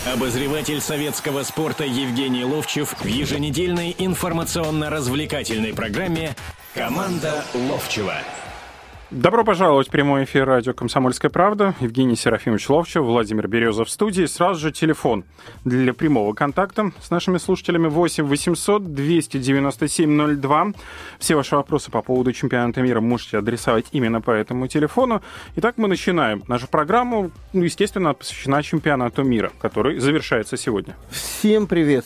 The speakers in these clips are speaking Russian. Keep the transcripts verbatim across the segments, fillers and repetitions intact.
Обозреватель советского спорта Евгений Ловчев в еженедельной информационно-развлекательной программе «Команда Ловчева». Добро пожаловать в прямой эфир радио «Комсомольская правда». Евгений Серафимович Ловчев, Владимир Березов в студии. Сразу же телефон для прямого контакта с нашими слушателями восемь восемьсот двести девяносто семь ноль два. Все ваши вопросы по поводу чемпионата мира можете адресовать именно по этому телефону. Итак, мы начинаем нашу программу. Ну, естественно, посвящена чемпионату мира, который завершается сегодня. Всем привет.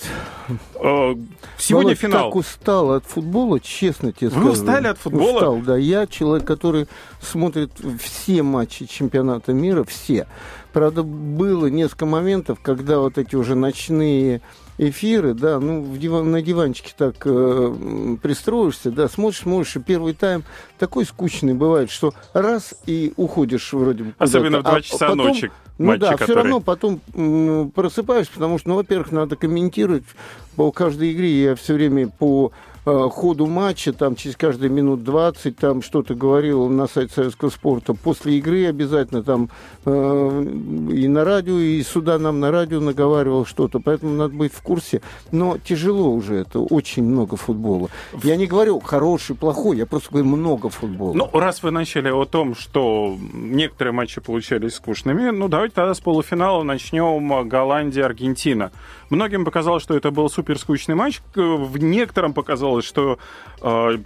Сегодня Володь, финал. так устал от футбола, честно тебе скажу. Вы устали от футбола? Устал, да. Я человек, который смотрит все матчи чемпионата мира, все. Правда, было несколько моментов, когда вот эти уже ночные эфиры, да, ну, в диван, на диванчике так э, пристроишься, да, смотришь, смотришь, и первый тайм такой скучный бывает, что раз и уходишь вроде бы куда-то. Особенно в два часа а потом, ночи. Ну матчи, да, которые... все равно потом м, просыпаешься, потому что, ну, во-первых, надо комментировать по каждой игре. Я все время по э, ходу матча, там, через каждые минут двадцать, там, что-то говорил на сайте Советского спорта. После игры обязательно там э, и на радио, и сюда нам на радио наговаривал что-то. Поэтому надо быть в курсе. Но тяжело уже это, очень много футбола. Я не говорю хороший, плохой, я просто говорю много футбола. Ну, раз вы начали о том, что некоторые матчи получались скучными, ну, давайте тогда с полуфинала начнем. Голландия-Аргентина. Многим показалось, что это был супер скучный матч. В некоторым показалось, что э,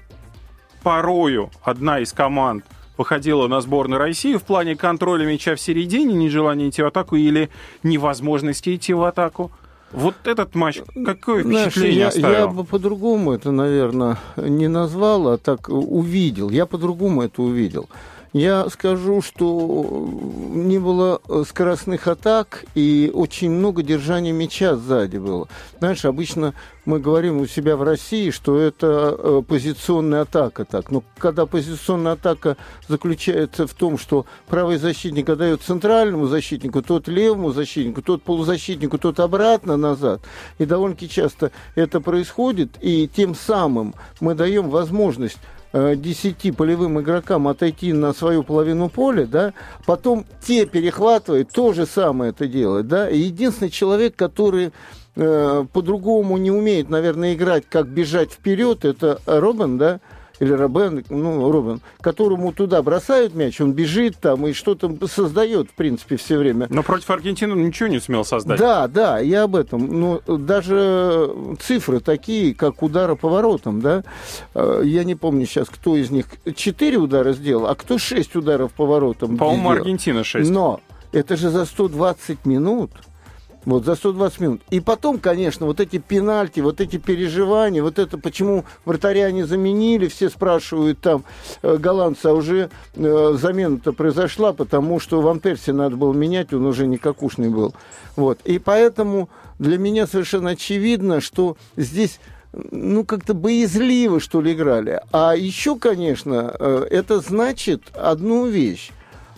порою одна из команд выходила на сборную России в плане контроля мяча в середине, нежелания идти в атаку или невозможности идти в атаку. Вот этот матч, какое Знаешь, впечатление я, оставил? я бы по-другому это, наверное, не назвал, а так увидел. Я по-другому это увидел. Я скажу, что не было скоростных атак и очень много держания мяча сзади было. Знаешь, обычно мы говорим у себя в России, что это позиционная атака. Так. Но когда позиционная атака заключается в том, что правый защитник отдает центральному защитнику, тот левому защитнику, тот полузащитнику, тот обратно назад. И довольно-таки часто это происходит, и тем самым мы даем возможность десяти полевым игрокам отойти на свою половину поля, да, потом те перехватывают, то же самое это делают, да, и единственный человек, который э, по-другому не умеет, наверное, играть, как бежать вперед, это Робben, да, или Робben, ну, Робben, которому туда бросают мяч, он бежит там и что-то создает, в принципе, все время. Но против Аргентины он ничего не сумел создать. Да, да, я об этом. Но даже цифры такие, как удары по воротам, да, я не помню сейчас, кто из них четыре удара сделал, а кто шесть ударов по воротам. По-моему, Аргентина шесть. Но это же за сто двадцать минут. Вот, за сто двадцать минут. И потом, конечно, вот эти пенальти, вот эти переживания, вот это, почему вратаря не заменили, все спрашивают там э, голландцы, а уже э, замена-то произошла, потому что Ван Перси надо было менять, он уже никакушный был. Вот. И поэтому для меня совершенно очевидно, что здесь, ну, как-то боязливо, что ли, играли. А еще, конечно, э, это значит одну вещь,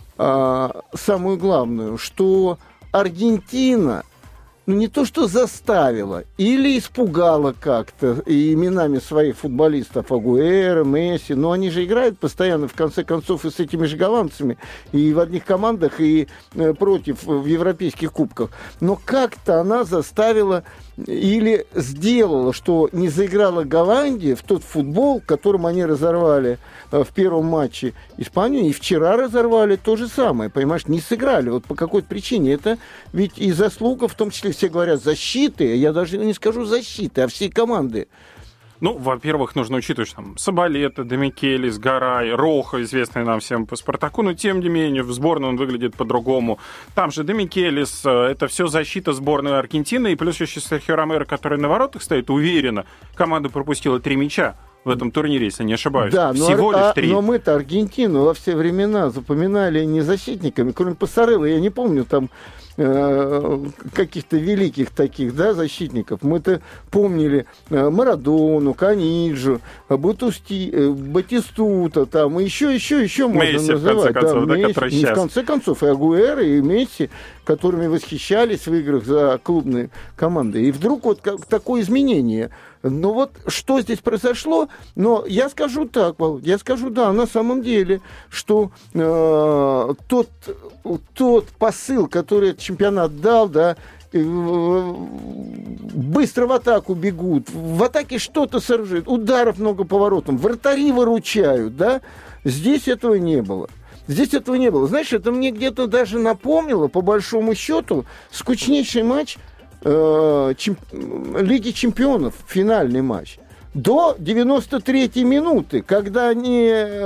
э, самую главную, что Аргентина, ну, не то что заставила, или испугала как-то и именами своих футболистов, Агуэро, Месси, но они же играют постоянно, в конце концов, и с этими же голландцами, и в одних командах, и э, против в европейских кубках. Но как-то она заставила или сделала, что не заиграла Голландия в тот футбол, которым они разорвали э, в первом матче Испанию, и вчера разорвали то же самое, понимаешь, не сыграли, вот по какой-то причине. Это ведь и заслуга, в том числе все говорят защиты, я даже не скажу защиты, а всей команды. Ну, во-первых, нужно учитывать, что там Соболета, Демикелис, Гарай, Роха, известный нам всем по Спартаку, но тем не менее в сборной он выглядит по-другому. Там же Демикелис, это все защита сборной Аргентины, и плюс еще Серхио Ромеро, который на воротах стоит, уверенно. Команда пропустила три мяча в этом турнире, если не ошибаюсь. Да, Всего но, лишь а, три. Но мы-то Аргентину во все времена запоминали не защитниками, кроме Пассарелло, я не помню там э, каких-то великих таких, да, защитников. Мы-то помнили э, Марадону, Каниджу, Батусти, э, Батистута, там, и еще, еще, еще можно Месси, называть. в конце концов, да, да, Месси, который и сейчас. в конце концов и Агуэро, и Месси, которыми восхищались в играх за клубные команды. И вдруг вот как, такое изменение. Ну вот что здесь произошло, но я скажу так, Володь, я скажу, да, на самом деле, что э, тот, тот посыл, который этот чемпионат дал, да, быстро в атаку бегут, в атаке что-то сооружают, ударов много поворотом, вратари выручают, да? Здесь этого не было. Здесь этого не было. Знаешь, это мне где-то даже напомнило, по большому счету, скучнейший матч э, чем, Лиги чемпионов, финальный матч. До девяносто третьей минуты, когда они,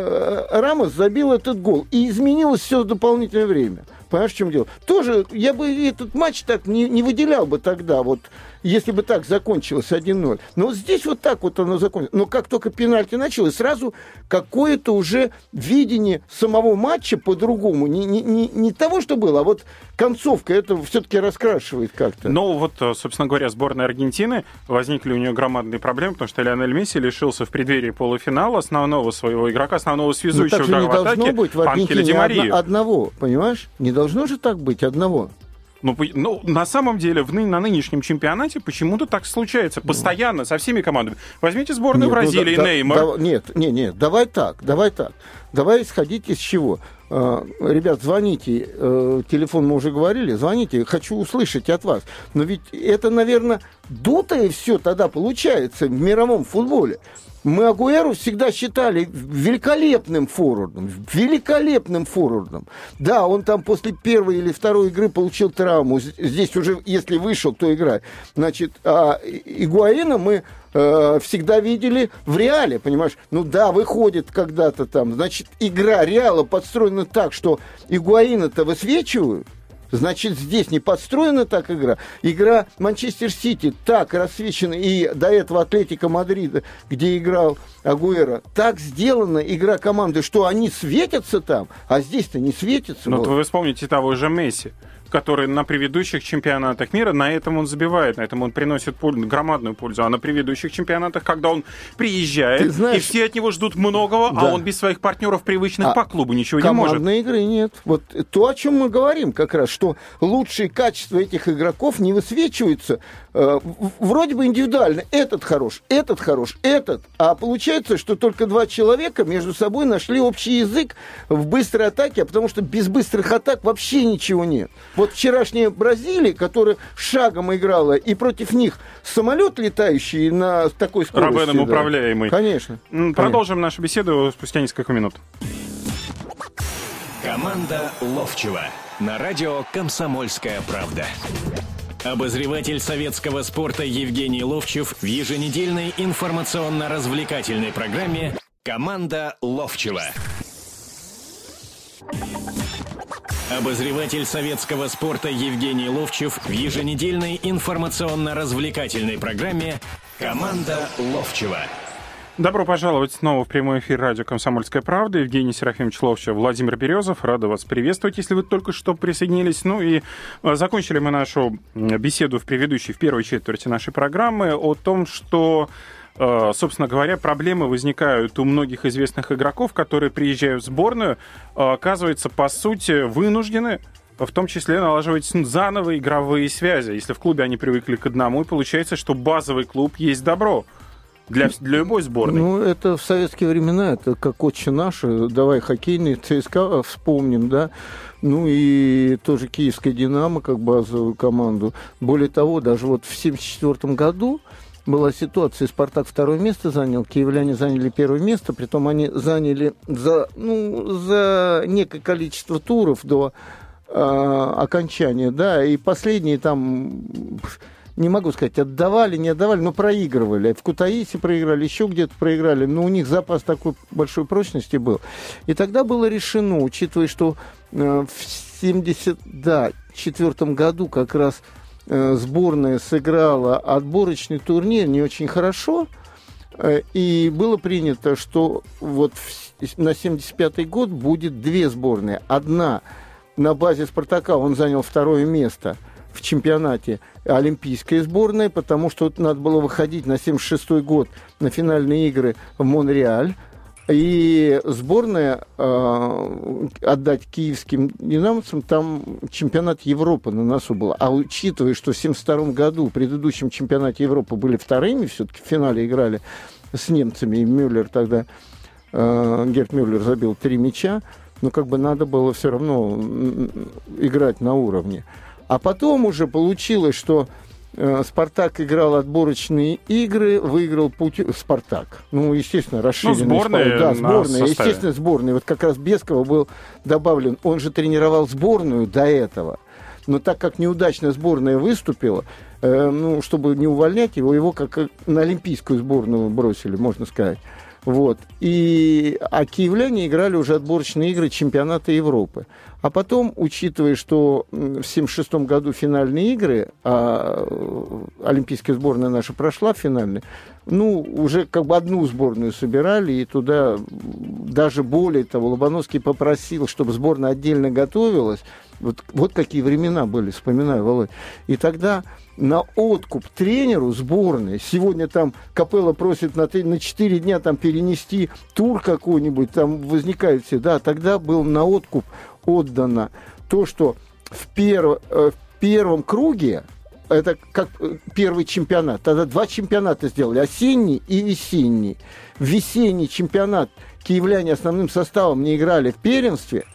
э, Рамос забил этот гол. И изменилось все в дополнительное время. Понимаешь, в чем дело? Тоже я бы этот матч так не, не выделял бы тогда, вот, если бы так закончилось один ноль. Но вот здесь вот так вот оно закончилось. Но как только пенальти началось, сразу какое-то уже видение самого матча по-другому. Не, не, не, не того, что было, а вот концовка это все-таки раскрашивает как-то. Ну вот, собственно говоря, сборная Аргентины, возникли у нее громадные проблемы, потому что Лионель Месси лишился в преддверии полуфинала основного своего игрока, основного связующего в атаке. Не должно быть в Аргентине Ди Марию. Одного, понимаешь? Не должно же так быть одного. Ну, ну, на самом деле, в, на нынешнем чемпионате почему-то так случается. Постоянно, со всеми командами. Возьмите сборную нет, Бразилии, ну, да, Неймар. Да, нет, нет, нет, давай так, давай так. Давай исходить из чего? Uh, ребят, звоните, uh, телефон мы уже говорили, звоните, хочу услышать от вас. Но ведь это, наверное, дутое все тогда получается в мировом футболе. Мы Агуэру всегда считали великолепным форвардом, великолепным форвардом. Да, он там после первой или второй игры получил травму. Здесь уже, если вышел, то играет. Значит, а Игуаина мы э, всегда видели в Реале, понимаешь? Ну да, выходит когда-то там. Значит, игра Реала подстроена так, что Игуаина-то высвечивают. Значит, здесь не подстроена так игра. Игра Манчестер Сити так рассвечена, и до этого Атлетико Мадрида, где играл Агуэро, так сделана игра команды, что они светятся там, а здесь-то не светятся. Ну, вот. Вы вспомните того же Месси, который на предыдущих чемпионатах мира, на этом он забивает, на этом он приносит пользу, громадную пользу. А на предыдущих чемпионатах, когда он приезжает, знаешь, и все от него ждут многого, да. а он без своих партнеров привычных а по клубу ничего не может. Командной игры нет. Вот то, о чем мы говорим как раз, что лучшие качества этих игроков не высвечиваются э, вроде бы индивидуально. Этот хорош, этот хорош, этот. А получается, что только два человека между собой нашли общий язык в быстрой атаке, потому что без быстрых атак вообще ничего нет. Вот вчерашняя Бразилия, которая шагом играла, и против них самолет, летающий на такой скорости. Робеном да. управляемый. Конечно. Продолжим Конечно. нашу беседу спустя несколько минут. Команда Ловчева на радио «Комсомольская правда». Обозреватель советского спорта Евгений Ловчев в еженедельной информационно-развлекательной программе «Команда Ловчева». Обозреватель советского спорта Евгений Ловчев в еженедельной информационно-развлекательной программе «Команда Ловчева». Добро пожаловать снова в прямой эфир радио «Комсомольская правда». Евгений Серафимович Ловчев, Владимир Березов. Рада вас приветствовать, если вы только что присоединились. Ну и закончили мы нашу беседу в предыдущей, в первой четверти нашей программы о том, что, собственно говоря, проблемы возникают у многих известных игроков, которые приезжают в сборную, оказываются, по сути, вынуждены в том числе налаживать заново игровые связи. Если в клубе они привыкли к одному, и получается, что базовый клуб есть добро. Для, для любой сборной. Ну, это в советские времена, это как «Отче наш», давай хоккейный ЦСКА вспомним, да, ну и тоже киевская «Динамо» как базовую команду. Более того, даже вот в семьдесят четвёртом году была ситуация, «Спартак» второе место занял, киевляне заняли первое место, притом они заняли за, ну, за некое количество туров до э, окончания, да, и последние там... Не могу сказать, отдавали, не отдавали, но проигрывали. В Кутаиси проиграли, еще где-то проиграли, но у них запас такой большой прочности был. И тогда было решено, учитывая, что э, в семьдесят четвёртом году как раз э, сборная сыграла отборочный турнир не очень хорошо, э, и было принято, что вот в, на семьдесят пятый год будет две сборные. Одна на базе «Спартака», он занял второе место в чемпионате, олимпийская сборная, потому что надо было выходить на семьдесят шестой год на финальные игры в Монреаль. И сборная э, отдать киевским динамовцам, там чемпионат Европы на носу был. А учитывая, что в семьдесят втором году в предыдущем чемпионате Европы были вторыми, все-таки в финале играли с немцами, и Мюллер тогда, э, Герт Мюллер забил три мяча, но как бы надо было все равно играть на уровне. А потом уже получилось, что э, «Спартак» играл отборочные игры, выиграл путь... «Спартак». Ну, естественно, расширенный. Ну, сборная. Да, сборная. Естественно, сборная. Вот как раз Бескова был добавлен. Он же тренировал сборную до этого. Но так как неудачно сборная выступила, э, ну, чтобы не увольнять его, его как на олимпийскую сборную бросили, можно сказать. Вот. И, а киевляне играли уже отборочные игры чемпионата Европы. А потом, учитывая, что в семьдесят шестом году финальные игры, а олимпийская сборная наша прошла финальные, ну, уже как бы одну сборную собирали, и туда даже более того, Лобановский попросил, чтобы сборная отдельно готовилась. Вот, вот какие времена были, вспоминаю, Володь. И тогда на откуп тренеру сборной, сегодня там Капелло просит на, на четыре дня там перенести тур какой-нибудь, там возникают все, да, тогда был на откуп отдано то, что в, перв, в первом круге, это как первый чемпионат, тогда два чемпионата сделали, осенний и весенний. В весенний чемпионат киевляне основным составом не играли в первенстве,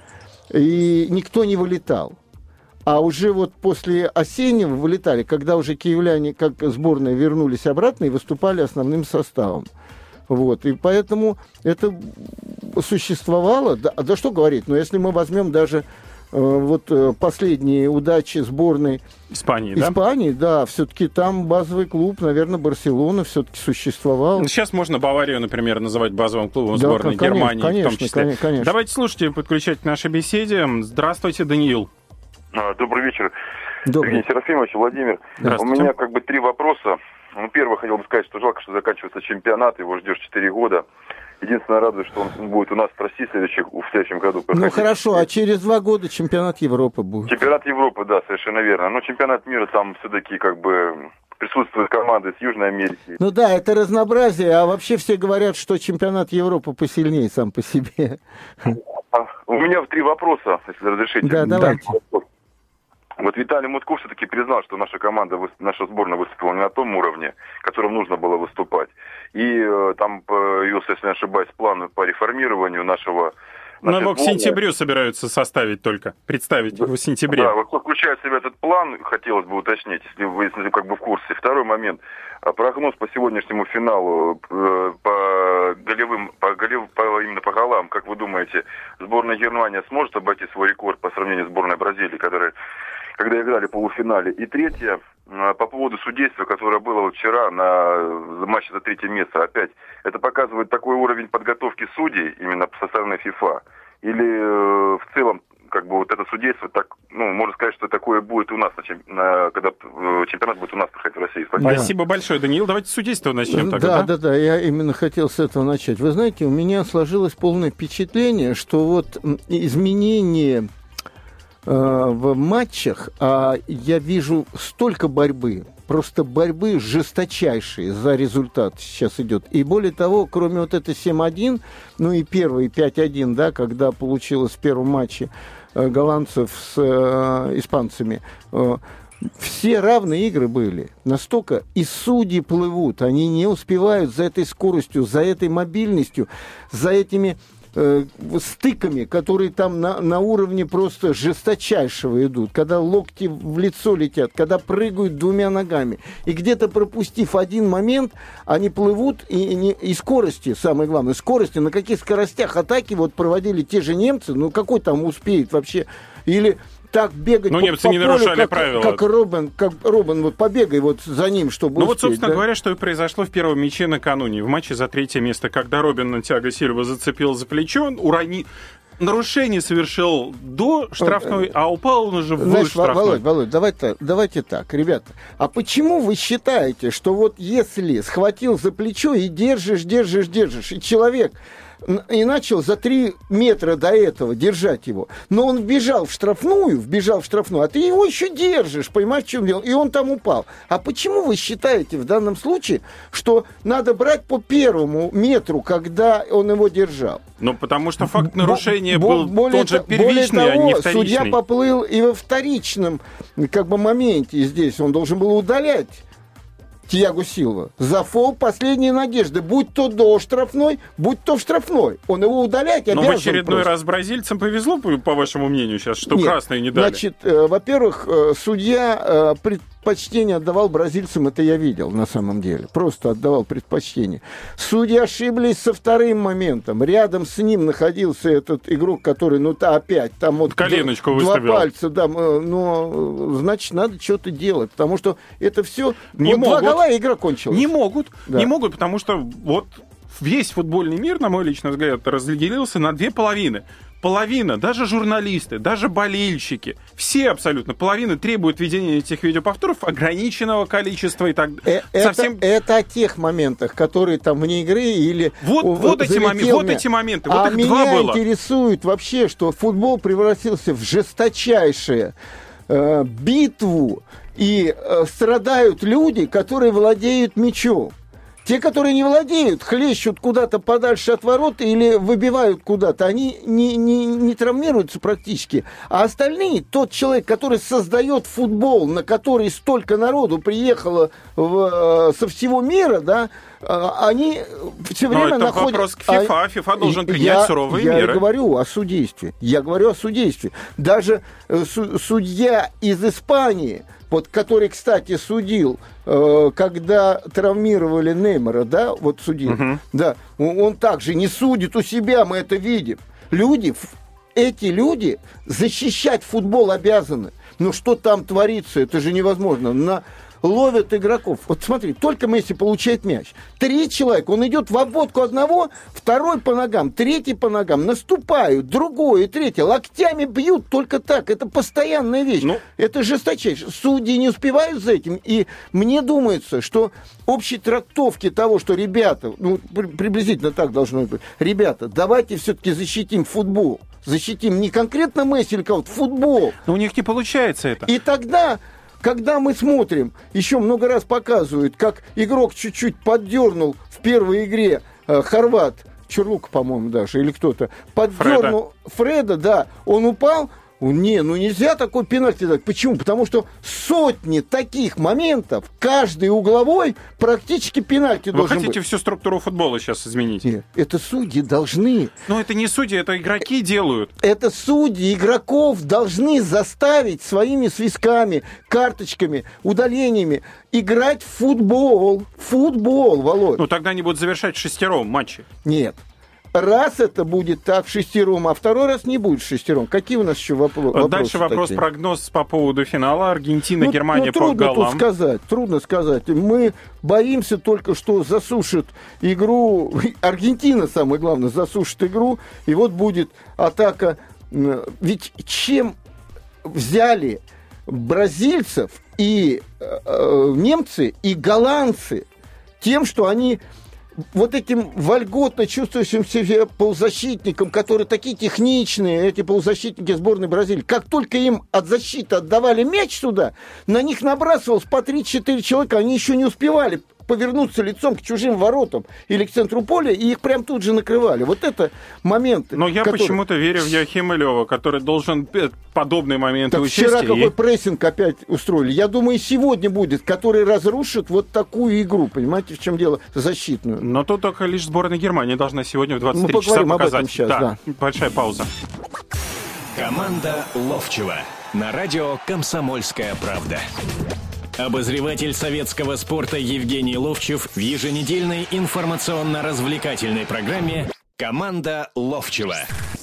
и никто не вылетал. А уже вот после осеннего вылетали, когда уже киевляне, как сборная, вернулись обратно и выступали основным составом. Вот. И поэтому это существовало. Да, да что говорить, но если мы возьмем даже э, вот э, последние удачи сборной Испании, Испании, да, да, все-таки там базовый клуб, наверное, Барселона все-таки существовал. Сейчас можно Баварию, например, называть базовым клубом сборной да, конечно, Германии конечно, в том числе. Конечно, конечно. Давайте слушайте, подключать к нашей беседе. Здравствуйте, Даниил. Добрый вечер. Добрый. Евгений Серафимович, Владимир. У меня как бы три вопроса. Ну, первое, хотел бы сказать, что жалко, что заканчивается чемпионат, его ждешь четыре года. Единственное, радует, что он будет у нас в России в следующем, в следующем году. Ну хорошо, а через два года чемпионат Европы будет. Чемпионат Европы, да, совершенно верно. Но чемпионат мира там все-таки как бы присутствуют команды с Южной Америки. Ну да, это разнообразие, а вообще все говорят, что чемпионат Европы посильнее сам по себе. У меня три вопроса, если разрешите. Да, давайте. Вот Виталий Мутко все-таки признал, что наша команда, наша сборная выступила не на том уровне, которым нужно было выступать. И э, там появился, если не ошибаюсь, план по реформированию нашего... Но его к сентябрю собираются составить только, представить его в сентябре. Да, вот кто включает в себя этот план, хотелось бы уточнить, если вы, если как бы в курсе. Второй момент. Прогноз по сегодняшнему финалу по голевым, по голев, по, именно по голам, как вы думаете, сборная Германии сможет обойти свой рекорд по сравнению с сборной Бразилии, которая, когда играли в полуфинале? И третье, по поводу судейства, которое было вчера на матче за третье место. Опять, это показывает такой уровень подготовки судей именно со стороны ФИФА? Или э, в целом, как бы вот это судейство, так, ну, можно сказать, что такое будет у нас, на, на, когда э, чемпионат будет у нас проходить в России. Спасибо. Спасибо большое, Даниил. Давайте с судейства начнем тогда. Да, да, да, я именно хотел с этого начать. Вы знаете, у меня сложилось полное впечатление, что вот изменение в матчах, а я вижу столько борьбы, просто борьбы жесточайшие за результат сейчас идет. И более того, кроме вот этой семь один, ну и первый пять один, да, когда получилось в первом матче голландцев с э, испанцами, э, все равные игры были. Настолько и судьи плывут, они не успевают за этой скоростью, за этой мобильностью, за этими э, стыками, которые там на, на уровне просто жесточайшего идут, когда локти в лицо летят, когда прыгают двумя ногами. И где-то пропустив один момент, они плывут, и, и, и скорости, самое главное, скорости, на каких скоростях атаки вот проводили те же немцы, ну какой там успеет вообще, или... Так бегать ну, по, немцы по не полю, нарушали как, правила. Как Робин, как Робин, вот побегай вот за ним, чтобы Ну успеть, вот, собственно да? говоря, что и произошло в первом мяче накануне, в матче за третье место, когда Робин Тиаго Сильва зацепил за плечо, урони... нарушение совершил до штрафной, а упал он уже в Знаешь, штрафной. Володь, Володь, давайте, давайте так, ребята, а почему вы считаете, что вот если схватил за плечо и держишь, держишь, держишь, и человек... и начал за три метра до этого держать его. Но он вбежал в штрафную, вбежал в штрафную, а ты его еще держишь, понимаешь, в чем дело? И он там упал. А почему вы считаете в данном случае, что надо брать по первому метру, когда он его держал? Ну, потому что факт нарушения Бо- был более тот же то- первичный, более того, а не вторичный. Судья поплыл и во вторичном как бы, моменте здесь. Он должен был удалять Тиаго Силва. За фол последней надежды. Будь то до штрафной, будь то в штрафной. Он его удалять обязан. Но в очередной просто. раз бразильцам повезло, по вашему мнению, сейчас, что Нет, красные не дали. Значит, э, во-первых, э, судья э, предпочтение отдавал бразильцам, это я видел на самом деле. Просто отдавал предпочтение. Судьи ошиблись со вторым моментом. Рядом с ним находился этот игрок, который, ну, та опять, там вот коленочку два выставил. пальца, да, но, значит, надо что-то делать, потому что это все... Не вот могут. Два гола, и игра кончилась. Не могут, Да. не могут, потому что вот весь футбольный мир, на мой личный взгляд, разделился на две половины. Половина, даже журналисты, даже болельщики, все абсолютно, половина требуют введения этих видеоповторов ограниченного количества и так Э, совсем... это, это о тех моментах, которые там вне игры или... Вот, о, вот, эти, залетел моменты, вот мяч. эти моменты, а вот их меня два было. интересует вообще, что футбол превратился в жесточайшее э, битву, и э, страдают люди, которые владеют мячом. Те, которые не владеют, хлещут куда-то подальше от ворот или выбивают куда-то, они не, не, не травмируются практически. А остальные, тот человек, который создает футбол, на который столько народу приехало в, со всего мира, да, они все время Но это находят... вопрос к ФИФА. ФИФА должен принять я, суровые я меры. Я говорю о судействе. Я говорю о судействе. Даже судья из Испании, вот, который, кстати, судил, э, когда травмировали Неймара, да, вот судил, uh-huh. да, он, он также не судит у себя, мы это видим. Люди, эти люди защищать футбол обязаны. Но что там творится, это же невозможно. На... Ловят игроков. Вот смотри, только Месси получает мяч. Три человека, он идет в обводку одного, второй по ногам, третий по ногам, наступают, другой и третий, локтями бьют только так. Это постоянная вещь. Ну... Это жесточайше. Судьи не успевают за этим. И мне думается, что общей трактовки того, что ребята, ну, приблизительно так должно быть, ребята, давайте все-таки защитим футбол. Защитим не конкретно Месси или кого-то, футбол. Но у них не получается это. И тогда... Когда мы смотрим, еще много раз показывают, как игрок чуть-чуть поддернул в первой игре э, хорват, Чурлук, по-моему, даже, или кто-то, поддернул Фреда, Фреда, да, он упал. Не, ну нельзя такой пенальти дать. Почему? Потому что сотни таких моментов, каждый угловой практически пенальти Вы должен быть. Вы хотите всю структуру футбола сейчас изменить? Нет, это судьи должны. Но это не судьи, это игроки делают. Это судьи игроков должны заставить своими свистками, карточками, удалениями играть в футбол. Футбол, Володь. Ну тогда они будут завершать шестером матчи. Нет. Раз это будет так шестером, а второй раз не будет шестером. Какие у нас еще вопро- вопросы? Дальше вопрос, такие? Прогноз по поводу финала. Аргентина, ну, Германия ну, по голам. Трудно тут сказать, трудно сказать. Мы боимся только, что засушит игру. Аргентина, самое главное, засушит игру. И вот будет атака. Ведь чем взяли бразильцев и э, немцы, и голландцы? Тем, что они... Вот этим вольготно чувствующим себя полузащитникам, которые такие техничные, эти полузащитники сборной Бразилии, как только им от защиты отдавали мяч сюда, на них набрасывалось по три-четыре человека, они еще не успевали повернуться лицом к чужим воротам или к центру поля, и их прям тут же накрывали. Вот это моменты. Но я которые... почему-то верю в Йохима Лёва, который должен подобные моменты так учесть. Вчера и... какой прессинг опять устроили. Я думаю, и сегодня будет, который разрушит вот такую игру. Понимаете, в чем дело? Защитную. Но тут только лишь сборная Германии должна сегодня в двадцать три Мы часа показать. Об этом сейчас, да. да. Большая пауза. Команда Ловчева. На радио «Комсомольская правда». Обозреватель советского спорта Евгений Ловчев в еженедельной информационно-развлекательной программе «Команда Ловчева».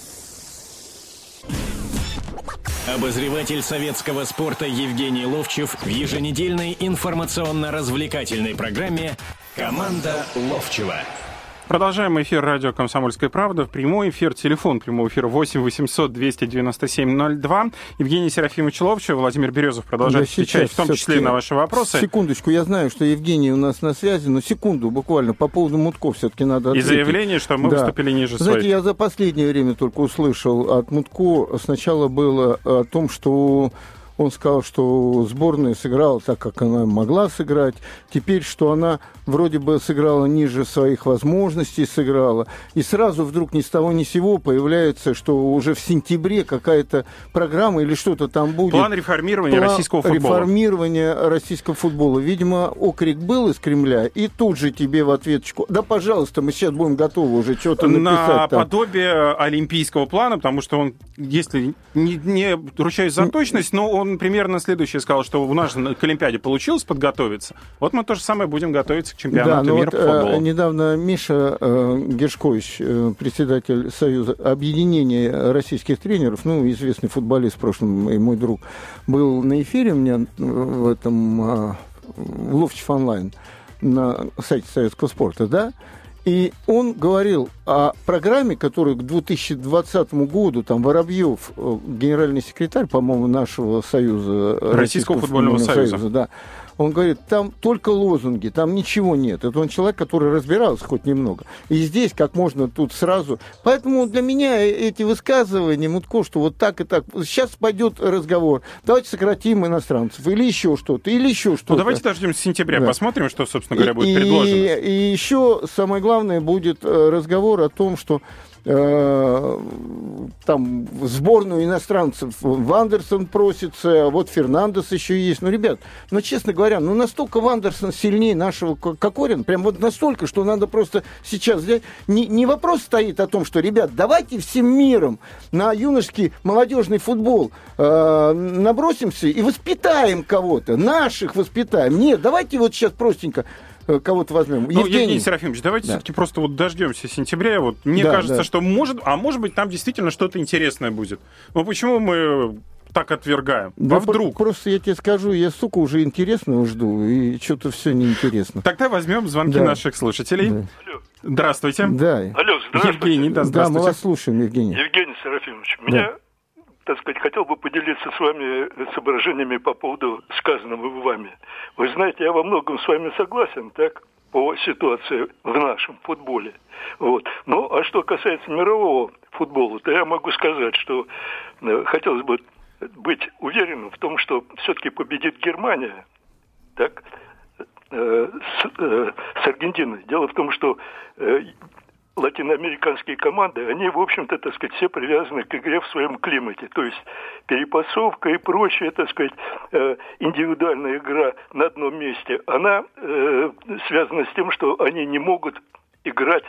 Обозреватель советского спорта Евгений Ловчев в еженедельной информационно-развлекательной программе «Команда Ловчева». Продолжаем эфир радио «Комсомольская правда». В прямой эфир, телефон прямого эфира восемь восемьсот двести девяносто семь ноль два. Евгений Серафимович Ловчев, Владимир Березов продолжает отвечать, в том числе на ваши вопросы. Секундочку, я знаю, что Евгений у нас на связи, но секунду буквально по поводу Мутко все-таки надо ответить. И заявление, что мы да. выступили ниже своих. Знаете, я за последнее время только услышал от Мутко, сначала было о том, что Он сказал, что сборная сыграла так, как она могла сыграть. Теперь, что она вроде бы сыграла ниже своих возможностей, сыграла. И сразу вдруг ни с того ни с сего появляется, что уже в сентябре какая-то программа или что-то там будет. План реформирования План российского футбола. Реформирования российского футбола. Видимо, окрик был из Кремля, и тут же тебе в ответочку: да, пожалуйста, мы сейчас будем готовы уже что-то написать. Наподобие олимпийского плана, потому что он, если не, не ручаюсь за точность, но он примерно следующее сказал, что у нас к Олимпиаде получилось подготовиться. Вот мы то же самое будем готовиться к чемпионату да, мира вот, по футболу. Э, недавно Миша э, Гершкович, э, председатель Союза объединения российских тренеров, ну, известный футболист в прошлом и мой друг, был на эфире у меня в этом э, в Ловчев онлайн на сайте Советского спорта, да, и он говорил о программе, которую к две тысячи двадцатому году там Воробьев, генеральный секретарь, по-моему, нашего союза, Российского, Российского футбольного союза, союза, да, он говорит, там только лозунги, там ничего нет. Это он человек, который разбирался хоть немного. И здесь как можно тут сразу. Поэтому для меня эти высказывания, Мутко, что вот так и так. Сейчас пойдет разговор. Давайте сократим иностранцев. Или еще что-то. Или еще что-то. Ну, давайте дождемся сентября. Да. Посмотрим, что, собственно говоря, будет и, предложено. И, и еще самое главное будет разговор о том, что там в сборную иностранцев Вандерсон просится, вот Фернандес еще есть. Ну, ребят, ну, честно говоря, ну, настолько Вандерсон сильнее нашего Кокорина, прям вот настолько, что надо просто сейчас взять. Не, не вопрос стоит о том, что, ребят, давайте всем миром на юношеский молодежный футбол э, набросимся и воспитаем кого-то, наших воспитаем. Нет, давайте вот сейчас простенько кого-то возьмем. Ну, Евгений, Евгений Серафимович, давайте да. все-таки просто вот дождемся сентября. Вот мне да, кажется, да. что может, а может быть, там действительно что-то интересное будет. Но почему мы так отвергаем? Да, а вдруг? Просто я тебе скажу, я, сука, уже интересного жду, и что-то все неинтересно. Тогда возьмем звонки да. наших слушателей. Да. Здравствуйте. Да. Алло, здравствуйте. Евгений, да, здравствуйте. Да, мы вас слушаем, Евгений. Евгений Серафимович, да. меня, так сказать, хотел бы поделиться с вами соображениями по поводу сказанного вами. Вы знаете, я во многом с вами согласен, так, по ситуации в нашем футболе. Вот. Ну, а что касается мирового футбола, то я могу сказать, что э, хотелось бы быть уверенным в том, что все-таки победит Германия, так, э, с, э, с Аргентиной. Дело в том, что э, латиноамериканские команды, они, в общем-то, так сказать, все привязаны к игре в своем климате. То есть перепасовка и прочее, так сказать, индивидуальная игра на одном месте, она связана с тем, что они не могут играть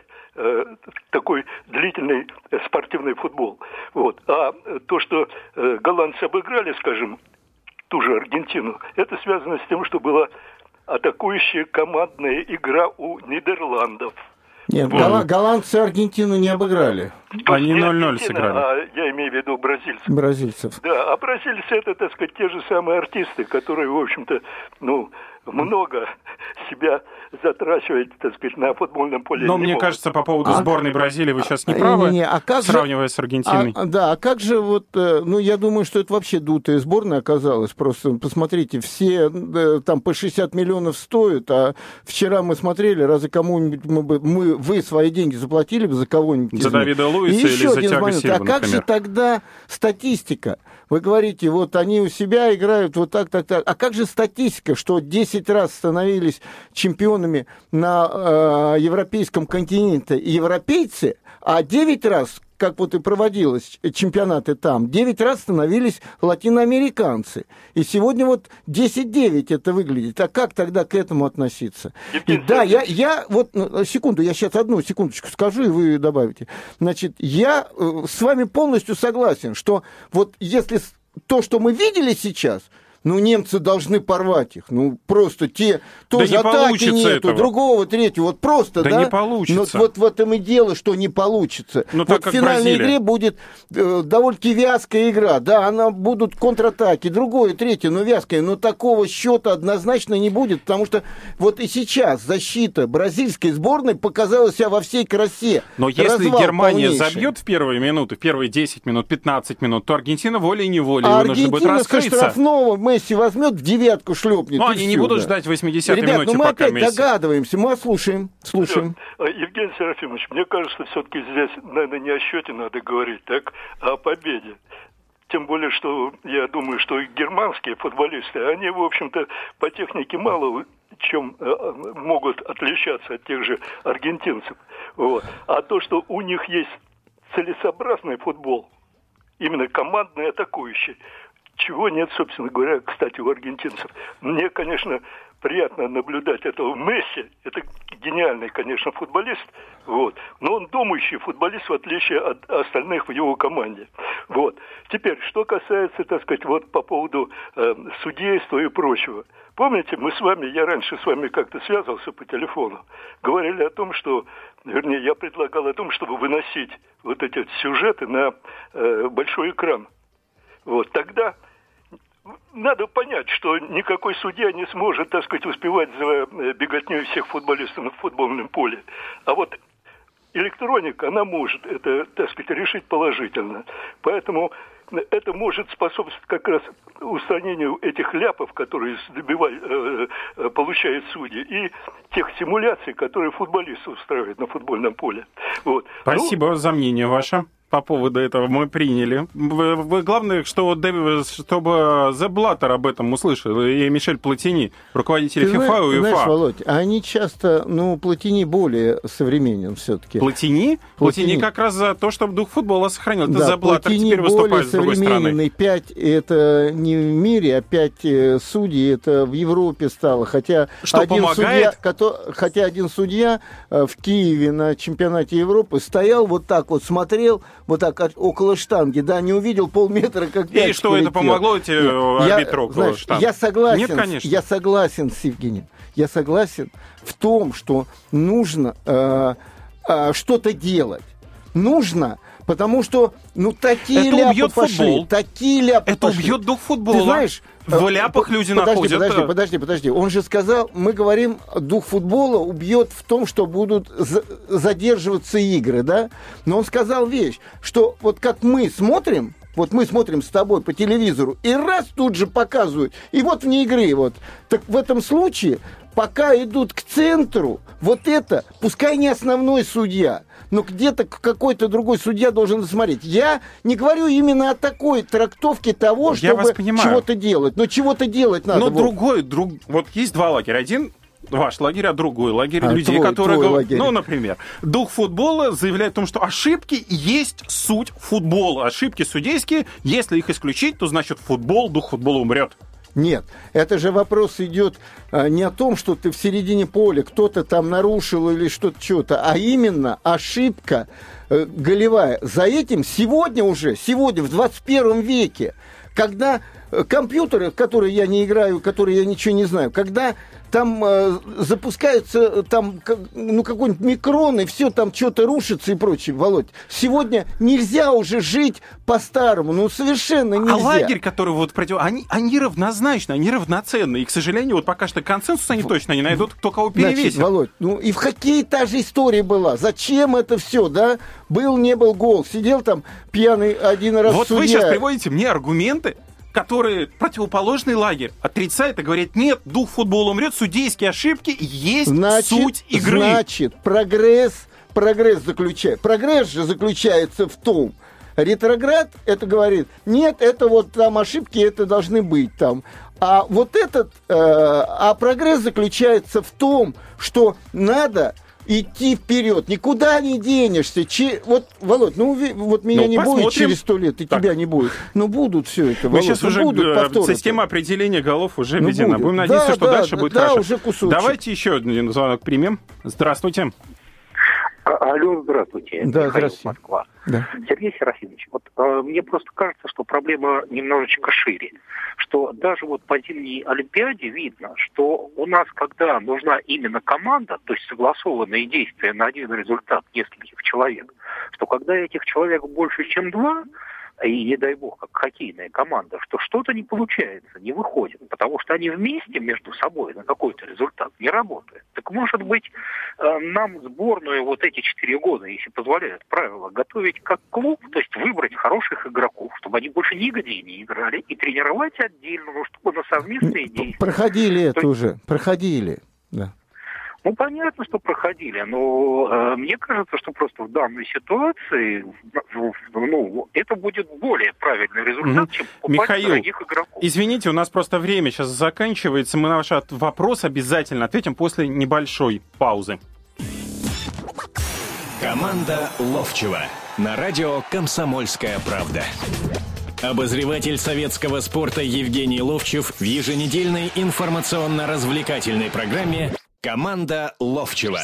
такой длительный спортивный футбол. Вот. А то, что голландцы обыграли, скажем, ту же Аргентину, это связано с тем, что была атакующая командная игра у Нидерландов. Нет, вот. Голландцы Аргентину не обыграли. Они ноль-ноль сыграли. А я имею в виду бразильцев. Бразильцев. Да, а бразильцы это, так сказать, те же самые артисты, которые, в общем-то, ну, много себя затрачивают, так сказать, на футбольном поле. Но мне могут. кажется, по поводу а, сборной Бразилии вы сейчас не правы, не, не, а как сравнивая же, с Аргентиной. А, да, а как же вот, ну, я думаю, что это вообще дутая сборная оказалась. Просто посмотрите, все там по шестьдесят миллионов стоят, а вчера мы смотрели, разве кому-нибудь мы, бы, мы вы свои деньги заплатили бы за кого-нибудь? За Давида Луиса или за Тиаго Сильву, А как например? же тогда статистика? Вы говорите, вот они у себя играют вот так, так, так. А как же статистика, что десять раз становились чемпионами на э, европейском континенте европейцы, а девять раз, как вот и проводилось чемпионаты там, девять раз становились латиноамериканцы. И сегодня вот десять девять это выглядит. А как тогда к этому относиться? И, да, я, я вот, секунду, я сейчас одну секундочку скажу, и вы добавите. Значит, я с вами полностью согласен, что вот если то, что мы видели сейчас, ну, немцы должны порвать их. Ну, просто те... Тоже да атаки нету, этого. другого, третьего. Вот просто, да? Да не получится. Но вот в этом и дело, что не получится. Ну, вот так, в финальной Бразилия. игре будет э, довольно-таки вязкая игра. Да, она будут контратаки, другое, третье, но вязкая. Но такого счета однозначно не будет, потому что вот и сейчас защита бразильской сборной показала себя во всей красе. Но если Развал Германия полнейший. забьет в первые минуты, в первые десять минут, пятнадцать минут, то Аргентина волей-неволей а вынуждена будет раскрыться. штрафного Месси возьмет, в девятку шлепнет. Ну, они все, не будут да. ждать восьмидесятой Ребят, минуте, ну мы пока опять Месси. догадываемся, мы слушаем. слушаем. Евгений Серафимович, мне кажется, все-таки здесь, наверное, не о счете надо говорить, так, а о победе. тем более, что я думаю, что германские футболисты, они, в общем-то, по технике мало чем могут отличаться от тех же аргентинцев. Вот. А то, что у них есть целесообразный футбол, именно командный, атакующий, чего нет, собственно говоря, кстати, у аргентинцев. Мне, конечно, приятно наблюдать этого Месси. Это гениальный, конечно, футболист, вот. Но он думающий футболист, в отличие от остальных в его команде. Вот. Теперь, что касается, так сказать, вот по поводу э, судейства и прочего. Помните, мы с вами, я раньше с вами как-то связывался по телефону, говорили о том, что, вернее, я предлагал о том, чтобы выносить вот эти вот сюжеты на э, большой экран. Вот, тогда надо понять, что никакой судья не сможет, так сказать, успевать за беготней всех футболистов на футбольном поле. А вот электроника, она может это, так сказать, решить положительно. Поэтому это может способствовать как раз устранению этих ляпов, которые добивали, э, получают судьи, и тех симуляций, которые футболисты устраивают на футбольном поле. Вот. Спасибо ну, за мнение ваше. По поводу этого мы приняли. Вы, вы, главное, что, чтобы The Blatter об этом услышал, и Мишель Платини, руководитель Ты ФИФА и УЕФА. Знаешь, Володь, они часто, ну, Платини более современен все-таки. Платини? Платини? Платини как раз за то, чтобы дух футбола сохранил. Это да, The Blatter теперь выступает с другой стороны. Пять это не в мире, а пять судей это в Европе стало. Хотя, что один помогает? Судья, хотя один судья в Киеве на чемпионате Европы стоял вот так вот, смотрел вот так около штанги, да, не увидел полметра, как мяч. И что полетел. это помогло эти арбитру около знаешь, штанги? Я согласен, Нет, конечно. Я согласен с Евгением. Я согласен в том, что нужно э, э, что-то делать. Нужно, потому что, ну, такие это ляпы пошли. Футбол. такие ляпы Это пошли. убьет дух футбола. Ты знаешь, в ляпах люди подожди, находят. Подожди, подожди, подожди. Он же сказал, мы говорим, дух футбола убьет в том, что будут задерживаться игры, да? Но он сказал вещь, что вот как мы смотрим, вот мы смотрим с тобой по телевизору, и раз тут же показывают, и вот вне игры, вот. Так в этом случае, пока идут к центру, вот это, пускай не основной судья, но где-то какой-то другой судья должен смотреть. Я не говорю именно о такой трактовке того, Я чтобы понимаю. чего-то делать. Но чего-то делать надо. Но вот. другой, друг... вот есть два лагеря. Один ваш лагерь, а другой лагерь а, людей, твой, которые... твой говорят, ну, например, дух футбола заявляет о том, что ошибки есть суть футбола. Ошибки судейские, если их исключить, то значит футбол, дух футбола умрет. Нет, это же вопрос идет а, не о том, что ты в середине поля, кто-то там нарушил или что-то, что-то, а именно ошибка э, голевая. За этим сегодня уже, сегодня, в двадцать первом веке, когда э, компьютеры, в которые я не играю, которые я ничего не знаю, когда там э, запускаются там, как, ну, какой-нибудь микрон, и все там что-то рушится и прочее, Володь. Сегодня нельзя уже жить по-старому, ну, совершенно нельзя. А лагерь, который вот против... Они, они равнозначны, они равноценны. И, к сожалению, вот пока что консенсус они точно не найдут, кто кого перевесит. Значит, Володь, ну и в хоккее та же история была. Зачем это все, да? Был, не был гол. Сидел там пьяный один раз вот судья. Вот вы сейчас приводите мне аргументы, которые противоположный лагерь отрицает и говорит, нет, дух футбола умрет, судейские ошибки есть значит, суть игры. Значит, прогресс, прогресс заключается. Прогресс же заключается в том, ретроград это говорит, нет, это вот там ошибки, это должны быть там. А вот этот, э, а прогресс заключается в том, что надо идти вперед, никуда не денешься. Че, вот, Володь, ну вот меня ну, не посмотрим. Будет через сто лет, и так. Тебя не будет. Но будут все это, Володь. Сейчас ну, уже будут система определения голов уже ну, введена. Будет. Будем надеяться, да, что да, дальше да, будет да, хорошо. Уже кусочек. Давайте еще один звонок примем. Здравствуйте. Алло, здравствуйте. Да, Михаил, здравствуйте. Москва. Да. Сергей Серафимович, вот э, мне просто кажется, что проблема немножечко шире. Что даже вот по зимней Олимпиаде видно, что у нас, когда нужна именно команда, то есть согласованные действия на один результат нескольких человек, что когда этих человек больше, чем два, и не дай бог, как хоккейная команда, что что-то не получается, не выходит, потому что они вместе между собой на какой-то результат не работают. Так может быть, нам сборную вот эти четыре года, если позволяют правила, готовить как клуб, то есть выбрать хороших игроков, чтобы они больше нигде не играли, и тренировать отдельно, ну, чтобы на совместные действия. Проходили это уже, проходили, да. Ну, понятно, что проходили, но э, мне кажется, что просто в данной ситуации ну, это будет более правильный результат, mm-hmm. чем покупать Михаил, дорогих игроков. Извините, у нас просто время сейчас заканчивается. Мы на ваш вопрос обязательно ответим после небольшой паузы. Команда Ловчева на радио «Комсомольская правда». Обозреватель советского спорта Евгений Ловчев в еженедельной информационно-развлекательной программе «Команда Ловчева».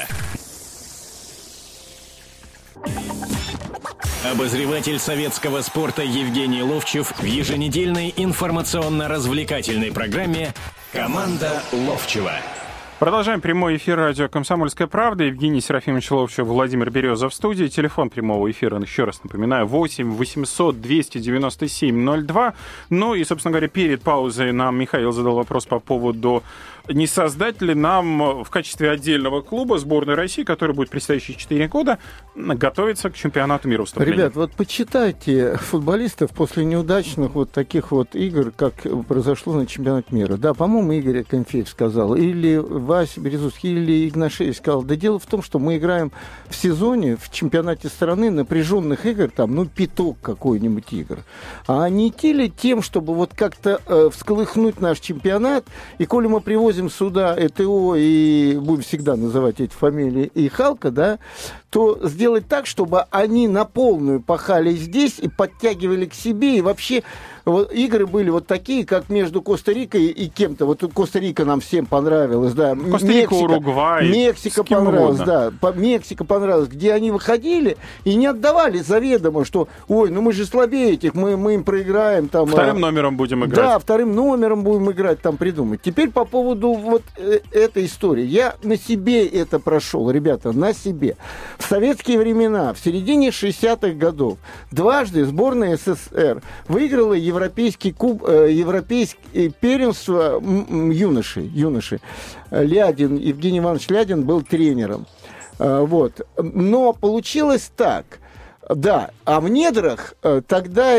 Обозреватель советского спорта Евгений Ловчев в еженедельной информационно-развлекательной программе «Команда Ловчева». Продолжаем прямой эфир радио «Комсомольская правда». Евгений Серафимович Ловчев, Владимир Березов в студии. Телефон прямого эфира, еще раз напоминаю, восемь восемьсот двести девяносто семь ноль два. Ну и, собственно говоря, перед паузой нам Михаил задал вопрос по поводу, не создать ли нам в качестве отдельного клуба сборной России, который будет предстоящие четыре года, готовиться к чемпионату мира выступления. Ребят, вот почитайте футболистов после неудачных вот таких вот игр, как произошло на чемпионате мира. Да, по-моему, Игорь Акинфеев сказал, или Вася Березовский, или Игнашевич сказал. Да дело в том, что мы играем в сезоне, в чемпионате страны, напряженных игр, там, ну, пяток какой-нибудь игр. А не идти ли тем, чтобы вот как-то э, всколыхнуть наш чемпионат, и коли мы привозим сюда ЭТО и будем всегда называть эти фамилии и Халка, да, то сделать так, чтобы они на полную пахали здесь и подтягивали к себе, и вообще вот, игры были вот такие, как между Коста-Рикой и кем-то. Вот Коста-Рика нам всем понравилась, да. Коста-Рика, Уругвай. Мексика понравилась, да. Мексика понравилась, где они выходили и не отдавали заведомо, что, ой, ну мы же слабее этих, мы, мы им проиграем. Там, вторым а... номером будем играть. Да, вторым номером будем играть, там придумать. Теперь по поводу вот э, этой истории. Я на себе это прошел, ребята, на себе. В советские времена, в середине шестидесятых годов, дважды сборная СССР выиграла европейский куб, э, европейское первенство юношей, юношей. Лядин, Евгений Иванович Лядин был тренером. Э, вот. Но получилось так. Да, а в недрах тогда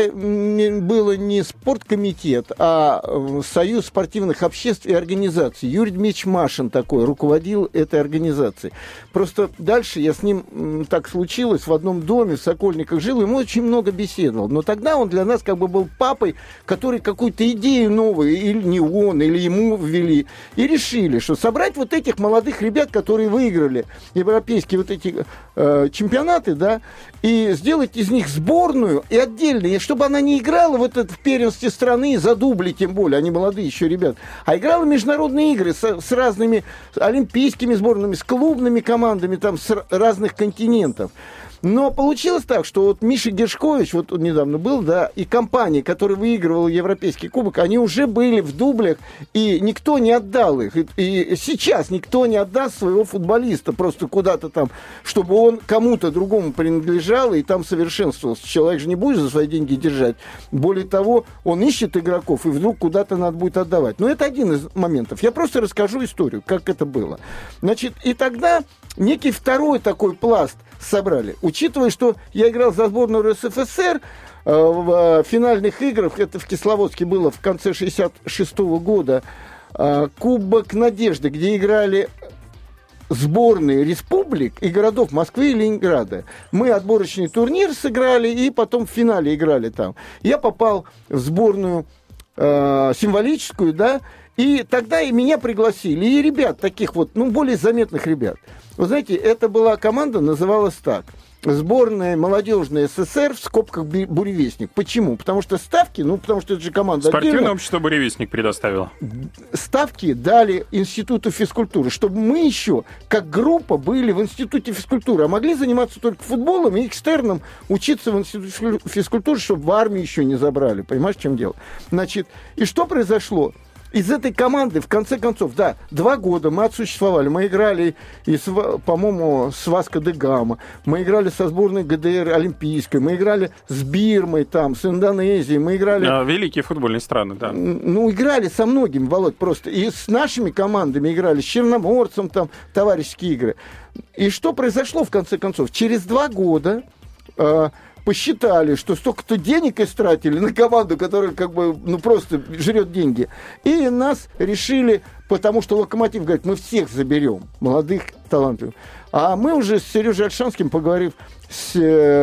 было не спорткомитет, а Союз спортивных обществ и организаций. Юрий Дмитриевич Машин такой руководил этой организацией. Просто дальше я с ним, так случилось, в одном доме в Сокольниках жил, ему очень много беседовал. Но тогда он для нас как бы был папой, который какую-то идею новую, или не он, или ему ввели, и решили, что собрать вот этих молодых ребят, которые выиграли европейские вот эти э, чемпионаты, да, и сделать из них сборную и отдельно, и чтобы она не играла вот это в первенстве страны за дубли, тем более, они молодые еще ребят, а играла в международные игры с, с разными олимпийскими сборными, с клубными командами там с разных континентов. Но получилось так, что вот Миша Гершкович, вот он недавно был, да, и компания, которая выигрывала Европейский кубок, они уже были в дублях, и никто не отдал их. И, и сейчас никто не отдаст своего футболиста просто куда-то там, чтобы он кому-то другому принадлежал и там совершенствовался. Человек же не будет за свои деньги держать. Более того, он ищет игроков, и вдруг куда-то надо будет отдавать. Но это один из моментов. Я просто расскажу историю, как это было. Значит, и тогда некий второй такой пласт собрали. Учитывая, что я играл за сборную РСФСР э, в финальных играх, это в Кисловодске было в конце шестьдесят шестого года, э, Кубок Надежды, где играли сборные республик и городов Москвы и Ленинграда. Мы отборочный турнир сыграли и потом в финале играли там. Я попал в сборную э, символическую, да, и тогда и меня пригласили, и ребят таких вот, ну, более заметных ребят. Вы знаете, это была команда, называлась так. Сборная молодежная СССР в скобках «Буревестник». Почему? Потому что ставки, ну, потому что это же команда Спортивное отдельно. общество «Буревестник» предоставило. Ставки дали Институту физкультуры, чтобы мы еще, как группа, были в Институте физкультуры, а могли заниматься только футболом и экстерном учиться в Институте физкультуры, чтобы в армию еще не забрали. Понимаешь, в чем дело? Значит, и что произошло? Из этой команды, в конце концов, да, два года мы отсуществовали. Мы играли, и с, по-моему, с Васко де Гама. Мы играли со сборной ГДР Олимпийской. Мы играли с Бирмой, там, с Индонезией. Мы играли... А, великие футбольные страны, да. Ну, играли со многими, Володь, просто. И с нашими командами играли, с Черноморцем, там, товарищеские игры. И что произошло, в конце концов? Через два года... Э, посчитали, что столько-то денег истратили на команду, которая как бы, ну, просто жрет деньги. И нас решили потому что «Локомотив» говорит, мы всех заберем, молодых, талантливых. А мы уже с Сережей Ольшанским, поговорив с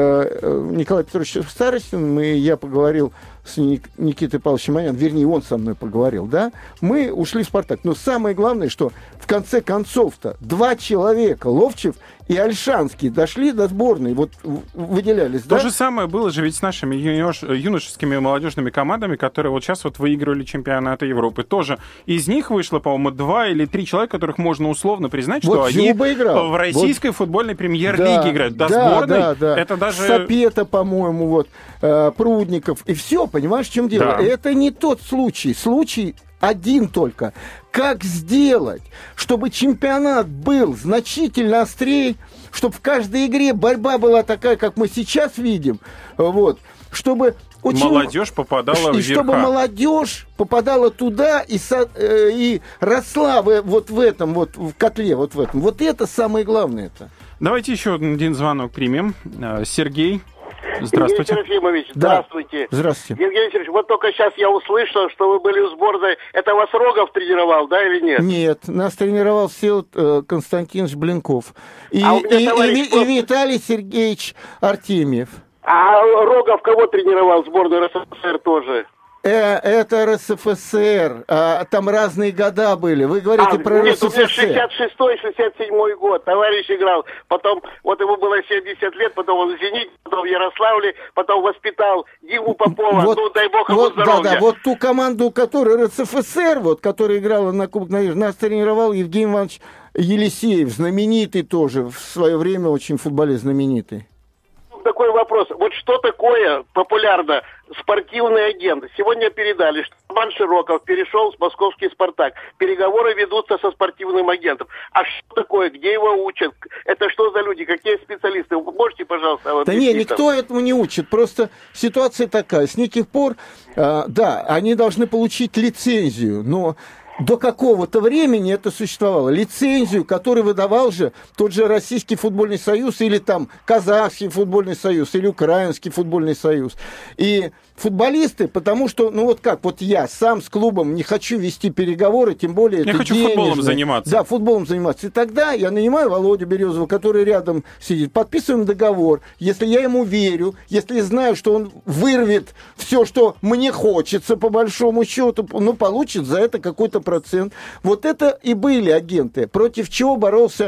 э, Николаем Петровичем Старостиным, и я поговорил с Ник- Никитой Павловичем Манян, вернее, он со мной поговорил, да, мы ушли в «Спартак». Но самое главное, что в конце концов-то два человека, Ловчев и Ольшанский, дошли до сборной, вот выделялись, То да? же самое было же ведь с нашими юнош... юношескими и молодежными командами, которые вот сейчас вот выигрывали чемпионаты Европы. Тоже из них вышло, по-моему, два или три человека, которых можно условно признать, Вот что они играл. в российской вот. футбольной премьер-лиге да, играют. До да, сборной да, да. это даже... Сапета, по-моему, вот, э, Прудников, и все, понимаешь, в чем дело? Да. Это не тот случай. Случай один только. Как сделать, чтобы чемпионат был значительно острее, чтобы в каждой игре борьба была такая, как мы сейчас видим, вот, чтобы... Очень... Молодежь попадала в И верха. чтобы молодежь попадала туда и, со, э, и росла в, вот в этом, вот в котле, вот в этом. Вот это самое главное. -то. Давайте еще один звонок примем. Сергей, здравствуйте. Евгений Серафимович, Да. здравствуйте. Здравствуйте. Евгений Серафимович, вот только сейчас я услышал, что вы были в сборной. Это вас Рогов тренировал, да, или нет? Нет, нас тренировал Всеволод э, Константинович Блинков. И, А у меня и, товарищ и, и просто- Виталий Сергеевич Артемьев. А Рогов кого тренировал? Сборную РСФСР тоже. Э, это эр эс эф эс эр, а, там разные года были. Вы говорите А, про эр нет, эс у эф меня эс эр. шестьдесят шестой шестьдесят седьмой год. Товарищ играл. Потом, вот ему было семьдесят лет, потом он в «Зените», потом в Ярославле, потом воспитал Диму Попова. Вот, ну, дай бог ему вот, да, здоровья. да, вот ту команду, которая эр эс эф эс эр, вот, которая играла на Кубок Надежды, нас тренировал Евгений Иванович Елисеев, знаменитый тоже, в свое время очень футболист знаменитый. Такой вопрос. Вот что такое популярно спортивный агент? Сегодня передали, что Роман Широков перешел в московский «Спартак». Переговоры ведутся со спортивным агентом. А что такое? Где его учат? Это что за люди? Какие специалисты? Вы можете, пожалуйста, Да объяснить не, нам? никто этому не учит. Просто ситуация такая. С неких пор, э, да, они должны получить лицензию, но до какого-то времени это существовало. Лицензию, которую выдавал же тот же Российский футбольный союз, или там Казахский футбольный союз, или Украинский футбольный союз. И футболисты, потому что, ну вот как, вот я сам с клубом не хочу вести переговоры, тем более Я это хочу денежные. футболом заниматься. Да, футболом заниматься. И тогда я нанимаю Володю Березова, который рядом сидит, подписываем договор. Если я ему верю, если знаю, что он вырвет все, что мне хочется, по большому счету, ну, получит за это какой-то процент. Вот это и были агенты. Против чего боролся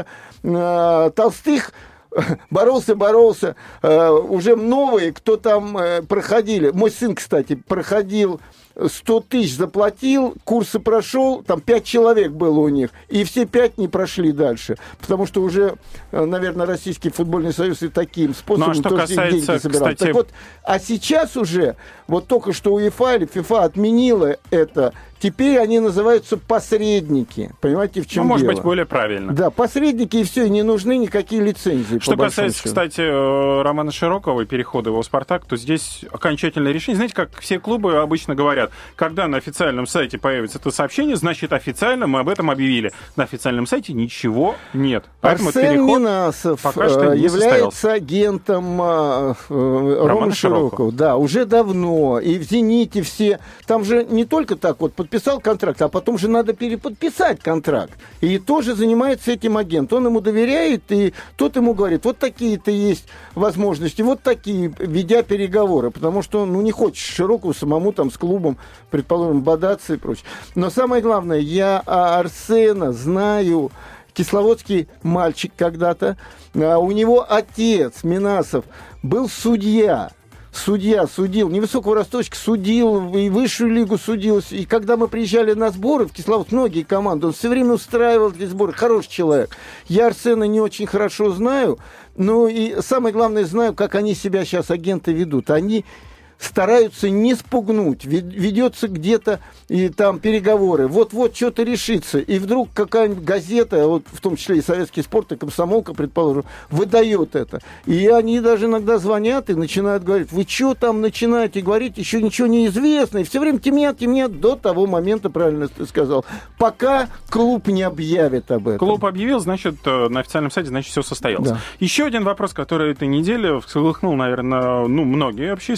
э, Толстых, боролся, боролся. Э, уже новые, кто там э, проходили. Мой сын, кстати, проходил, сто тысяч заплатил, курсы прошел, там пять человек было у них, и все пять не прошли дальше. Потому что уже, э, наверное, Российский футбольный союз и таким способом Ну, а что тоже касается, деньги собирал. кстати... Так вот, а сейчас уже, вот только что УЕФА или ФИФА отменила это, теперь они называются посредники. Понимаете, в чем Ну, может дело? быть, более правильно. Да, посредники, и все, и не нужны никакие лицензии. Что по большому касается, счету. кстати, э, Романа Широкова и перехода его в «Спартак», то здесь окончательное решение. Знаете, как все клубы обычно говорят, когда на официальном сайте появится это сообщение, значит, официально мы об этом объявили. На официальном сайте ничего нет. Поэтому Арсен переход Минасов пока что э, не является состоялся. агентом э, э, Ромы Широкова. Широкова. Да, уже давно. И в «Зените» все... Там же не только так вот подписал контракт, а потом же надо переподписать контракт. И тоже занимается этим агент. Он ему доверяет, и тот ему говорит, вот такие-то есть возможности, вот такие, ведя переговоры. Потому что он ну, не хочет Широкову самому там с клубом, предположим, бодаться и прочее. Но самое главное, я Арсена знаю... Кисловодский мальчик когда-то. А у него отец Минасов был судья. Судья судил, невысокого росточка судил, и высшую лигу судил. И когда мы приезжали на сборы в Кисловодск, многие команды, он все время устраивал эти сборы. Хороший человек. Я Арсена не очень хорошо знаю, но и самое главное, знаю, как они себя сейчас, агенты, ведут. Они стараются не спугнуть, ведется где-то и там переговоры, вот-вот что-то решится, и вдруг какая-нибудь газета, вот в том числе и «Советский спорт», и «Комсомолка», предположим, выдает это. И они даже иногда звонят и начинают говорить, вы что там начинаете говорить, еще ничего не известно, и все время темнят, темнят до того момента, правильно ты сказал, пока клуб не объявит об этом. Клуб объявил, значит, на официальном сайте, значит, все состоялось. Да. Еще один вопрос, который этой неделе всколыхнул, наверное, ну, многие общественность,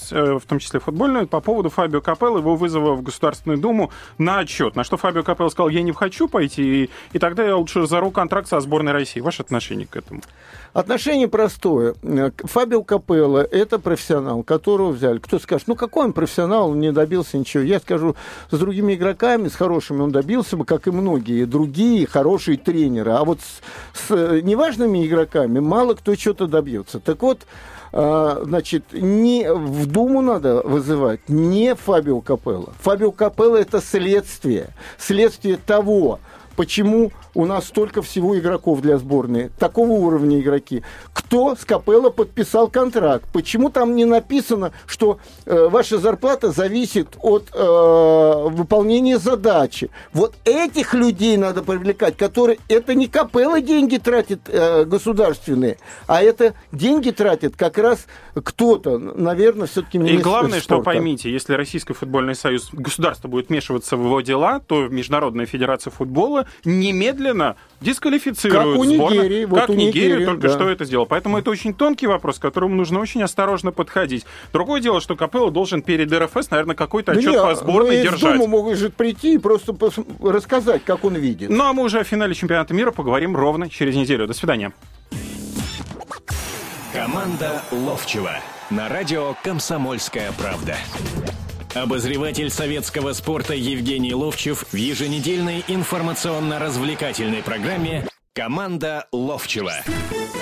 новость, в том числе футбольную, по поводу Фабио Капелло, его вызова в Государственную Думу на отчет. На что Фабио Капелло сказал: я не хочу пойти, и, и тогда я лучше разорву контракт со сборной России. Ваше отношение к этому? Отношение простое. Фабио Капелло – это профессионал, которого взяли. Кто скажет, ну какой он профессионал, он не добился ничего. Я скажу, с другими игроками, с хорошими он добился бы, как и многие другие хорошие тренеры. А вот с, с неважными игроками мало кто что-то добьется. Так вот, значит, не в Думу надо вызывать не Фабио Капелло. Фабио Капелло – это следствие. Следствие того, почему у нас столько всего игроков для сборной, такого уровня игроки. Кто с Капелло подписал контракт? Почему там не написано, что э, ваша зарплата зависит от э, выполнения задачи? Вот этих людей надо привлекать, которые... Это не Капелло деньги тратит э, государственные, а это деньги тратит как раз кто-то, наверное, все-таки министр И главное, спорта. Что поймите, если Российский футбольный союз, государство будет вмешиваться в его дела, то Международная федерация футбола немедленно дисквалифицирует как у сборную, Нигерии, как вот у Нигерия Нигерии, только да. что это сделала. Поэтому это очень тонкий вопрос, к которому нужно очень осторожно подходить. Другое дело, что Капелло должен перед эр эф эс, наверное, какой-то отчет да по сборной ну, держать. В Думу могут же прийти и просто пос- рассказать, как он видит. Ну а мы уже о финале чемпионата мира поговорим ровно через неделю. До свидания. Команда Ловчева на радио «Комсомольская правда». Обозреватель советского спорта Евгений Ловчев в еженедельной информационно-развлекательной программе «Команда Ловчева».